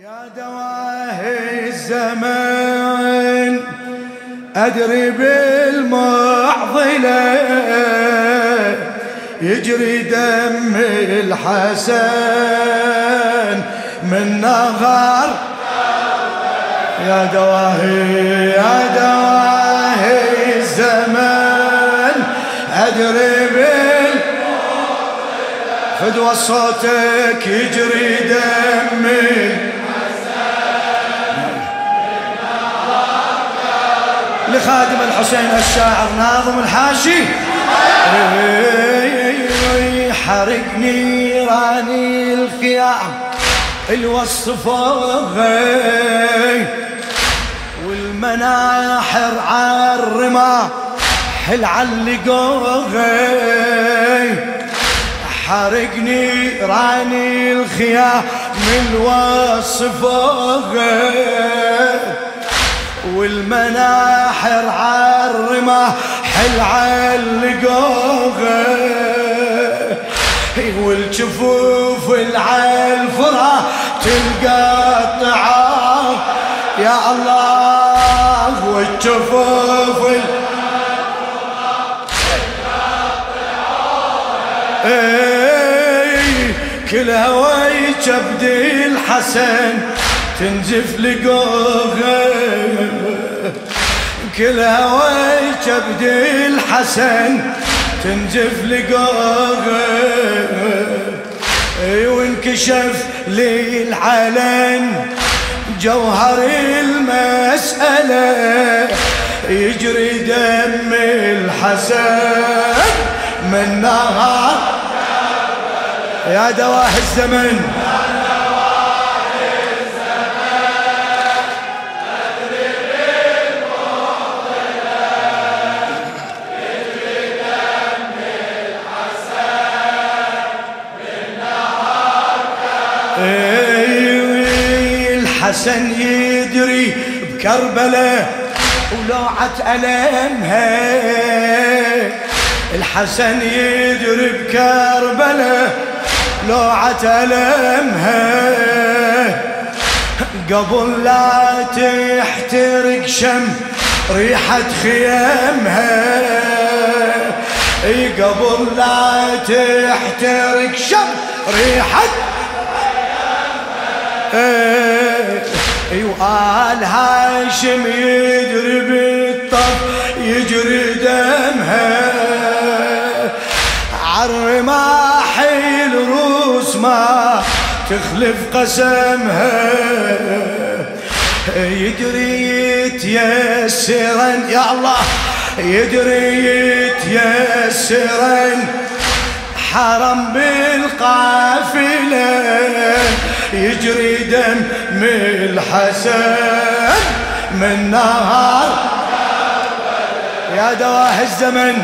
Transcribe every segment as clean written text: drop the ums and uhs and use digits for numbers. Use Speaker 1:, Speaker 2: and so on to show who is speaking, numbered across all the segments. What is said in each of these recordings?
Speaker 1: يا دواهي الزمن أدري بالمعضلة يجري دم الحسن من نهر. يا دواهي الزمن أدري فدوى صوتك يجري دم لخادم الحسين الشاعر ناظم الحاشي. حرق نيراني الخيام الوصف والمناحر عالرماح العلقوغي. حرقني راني الخيام الوصف والمناحر عالرماح العلقوغي. والجفوف العالفرة تنقطع يا الله. والجفوف كلها ويجبد الحسن تنزف لقوغه. كلها ويجبد الحسن تنزف لقوغه. وانكشف لي العلن جوهر المسألة يجري دم الحسن من نهر. يا دواهي الزمن أدري بالمعضلة يجري دم الحسن من نهر. الحسن يدري بكربلة ولوعة ألمها. الحسن يدري بكربلة لوعة ألمها قبل لا تحترق شم ريحة خيامها. قبل لا تحترق شم ريحة وآل هاشم يدري بالطف يجري دمها. عالرماح الروس ما تخلف قسمها. يدري يتيسرن يا الله يدري يتيسرن حرم بالقافلة يجري دم الحسن من نهر. يا دواهي الزمن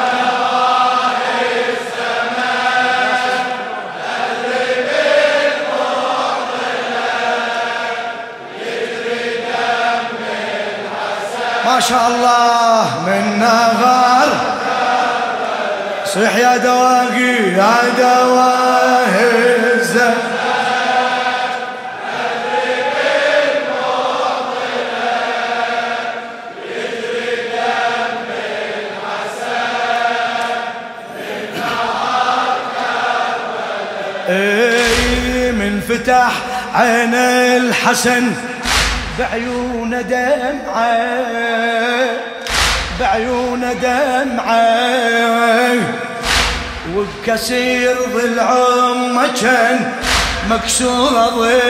Speaker 1: ما شاء الله من نهر. صيح يا دواقي يا دواهي الزمن أدري بالمعضلة يجري دم الحسن من نهر كربلاء. من فتح عين الحسن بعيون دمعة بعيون دمعة وبكسير ضلع كان مكسورة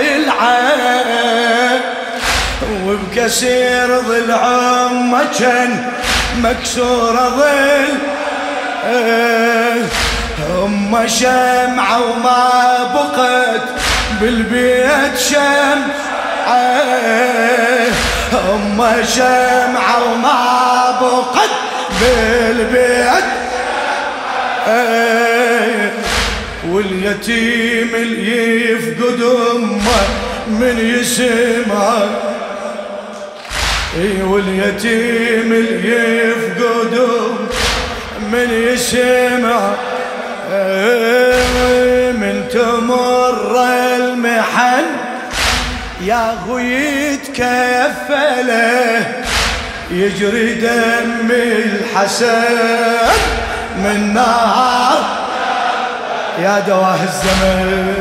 Speaker 1: ضلعه. وبكسير ضلع كان مكسورة ضلعه. شمعة وما بقت بالبيت شمعة. شمعة وما بقت بالبيت. واليتيم اللي يفقد امه من يسمع. واليتيم اللي يفقد امه من يسمع. من تمر المحن يا غويت كفله يجري دم الحسن من نار يا دواه الزمن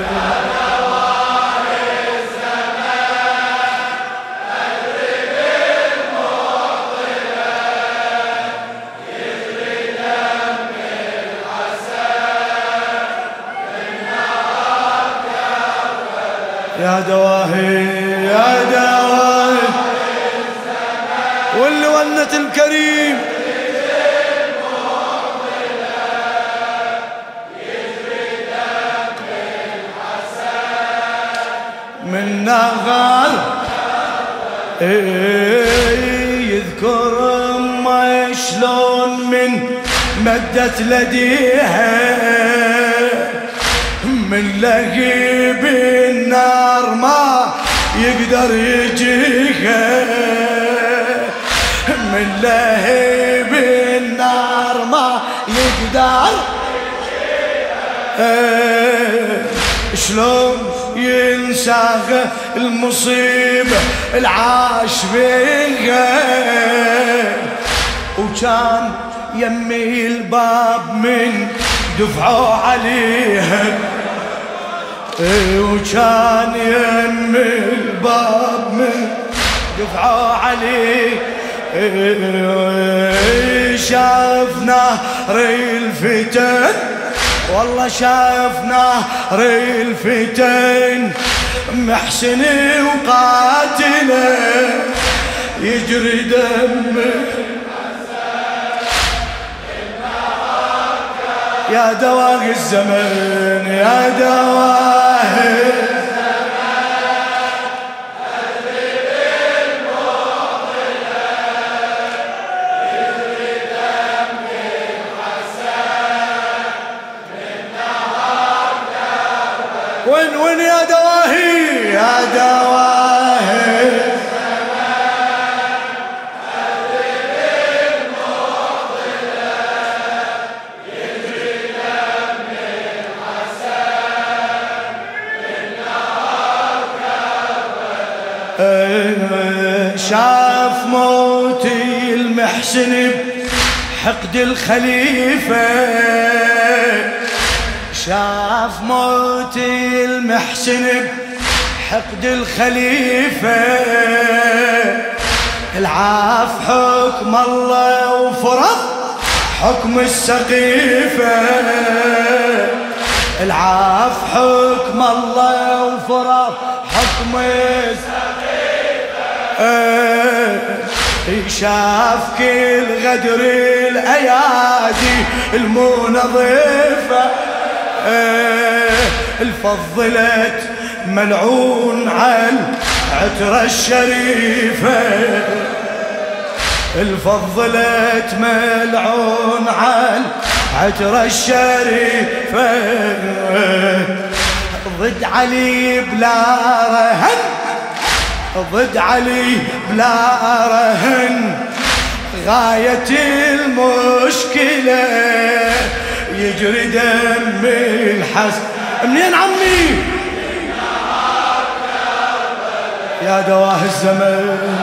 Speaker 1: يا دواهي يا دواهي واللي ونت الكريم من نغال يذكر امه شلون من مدت لديها من لهيب النار ما يقدر يجيها من لهيب النار ما يقدر شلون ينساها المصيبة العاش بيها وكان يمي الباب من دفعوا عليها وكان يمي الباب من دفعوا عليه شاف نهر الفتن والله شاف نهر الفتن محسن وقاتله يجري دمه يا دواه الزمن يا دواه الزمن أذرب المعضلة يجري دم الحسن من نهار كربلاء وين يا دواهي يا دواهي شاف موتي المحسن بحقد الخليفة شاف موتي المحسن بحقد الخليفة العاف حكم الله وفرض حكم السقيفة العاف حكم الله وفرض حكم السقيفة شاف كل غدر الأيادي المنظفة الفضلت ملعون على العترة الشريفة الفضلت ملعون على العترة الشريفة ضد علي بلا رهن ضد علي بلا رهن غاية المشكلة يجري دم الحسن منين عمي يا دواه الزمن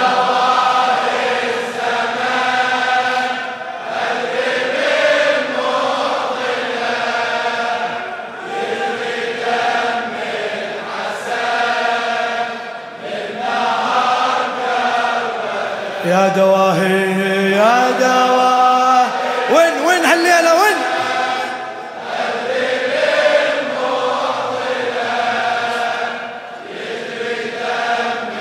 Speaker 1: يا دواهي يا دواه وين هالليلة وين يجري دم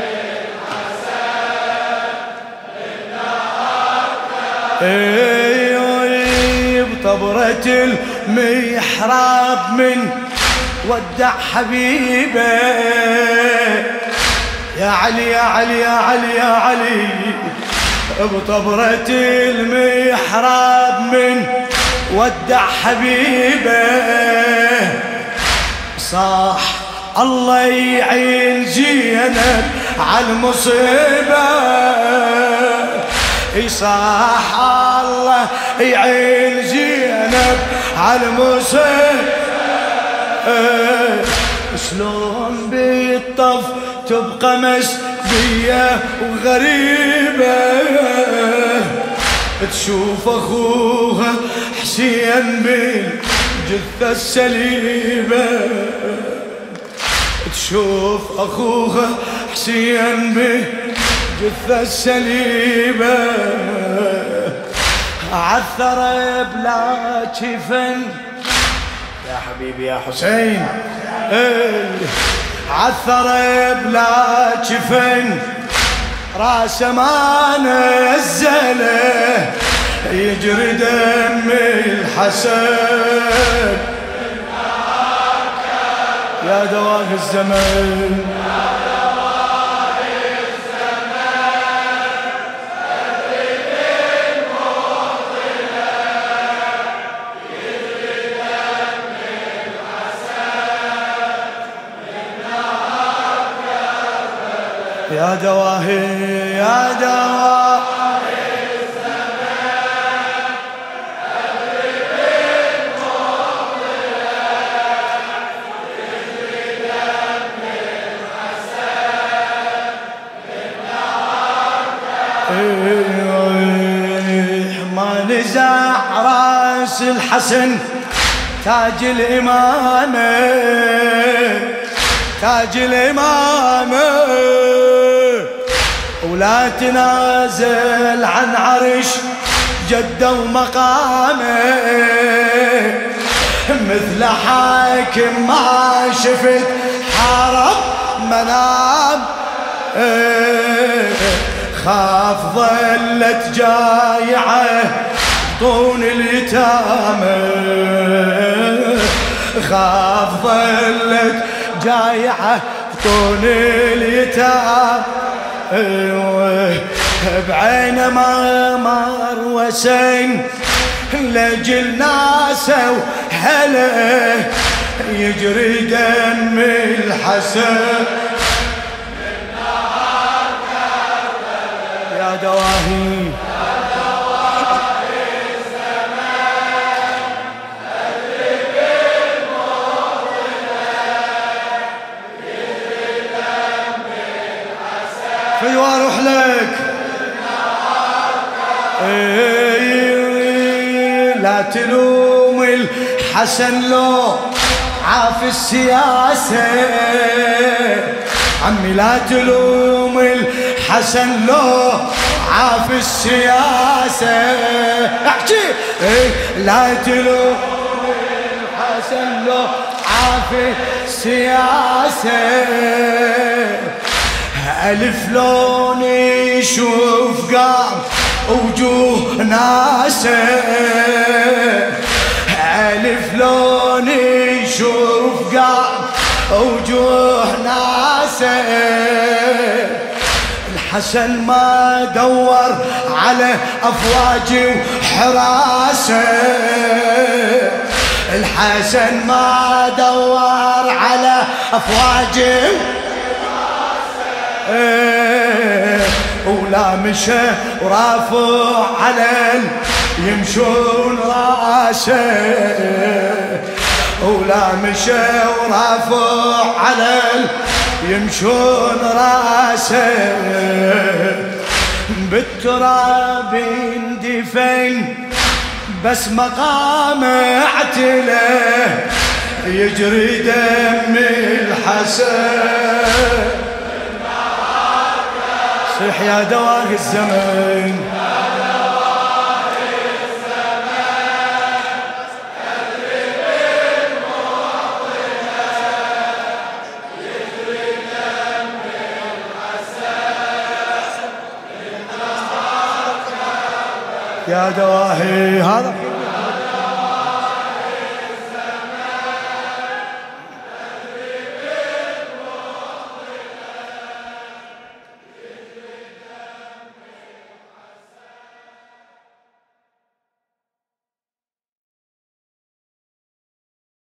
Speaker 1: الحسن بطبرة المحراب من ودع حبيبه يا علي يا علي يا علي يا علي بطبرة المحراب من ودع حبيبه صاح الله يعين زينب على المصيبة صاح الله يعين زينب على المصيبة شلون بالطف تبقى مسبية وغريبة، تشوف أخوها حسين بالجثة السليبة، تشوف أخوها حسين بالجثة السليبة، عثر بلا جفن يا حبيبي يا حسين، عثر بلا جفن راسه ما نزله، يجري دم الحسن يا دواء الزمن، يا دواهي يا دواهي الزمان، أغرب المعضلة، يجري دم الحسن من نار، ما نزع راس الحسن تاج الإمامة، تاج الإمامة، ولا تنازل عن عرش جده ومقامه، مثل حاكم ما شفت حارب منام، خاف ظلت جايعه طون اليتامى، خاف ظلت جايعه طون اليتامى، بعينه ما مر وسن لجل ناسه وهله، يجري دم الحسن من نار كربلاء، يا دواهي يا دواهي الزمان، أغرب المعضلة، يجري دم الحسن، في واروح لك لا تلوم الحسن لو عاف السياسة، عمي لا تلوم الحسن لو عاف السياسة، احكي لا تلوم الحسن لو عاف السياسة، ألف لون يشوف قام وجوه ناسه، ألف لون يشوف قام وجوه ناسه، الحسن ما دور على أفواج وحراسه، الحسن ما دور على أفواج ولا مشى ورافع على يمشون راسه، ولا مشى ورافع على يمشون راسه، بالتراب اندفن بس مقام اعتله، يجري دم الحسن، صيح يا دواء الزمن، يا دواء الزمان، أغرب المعضلة، يجري دم الحسن من نار كربلاء، يا دواهي هذا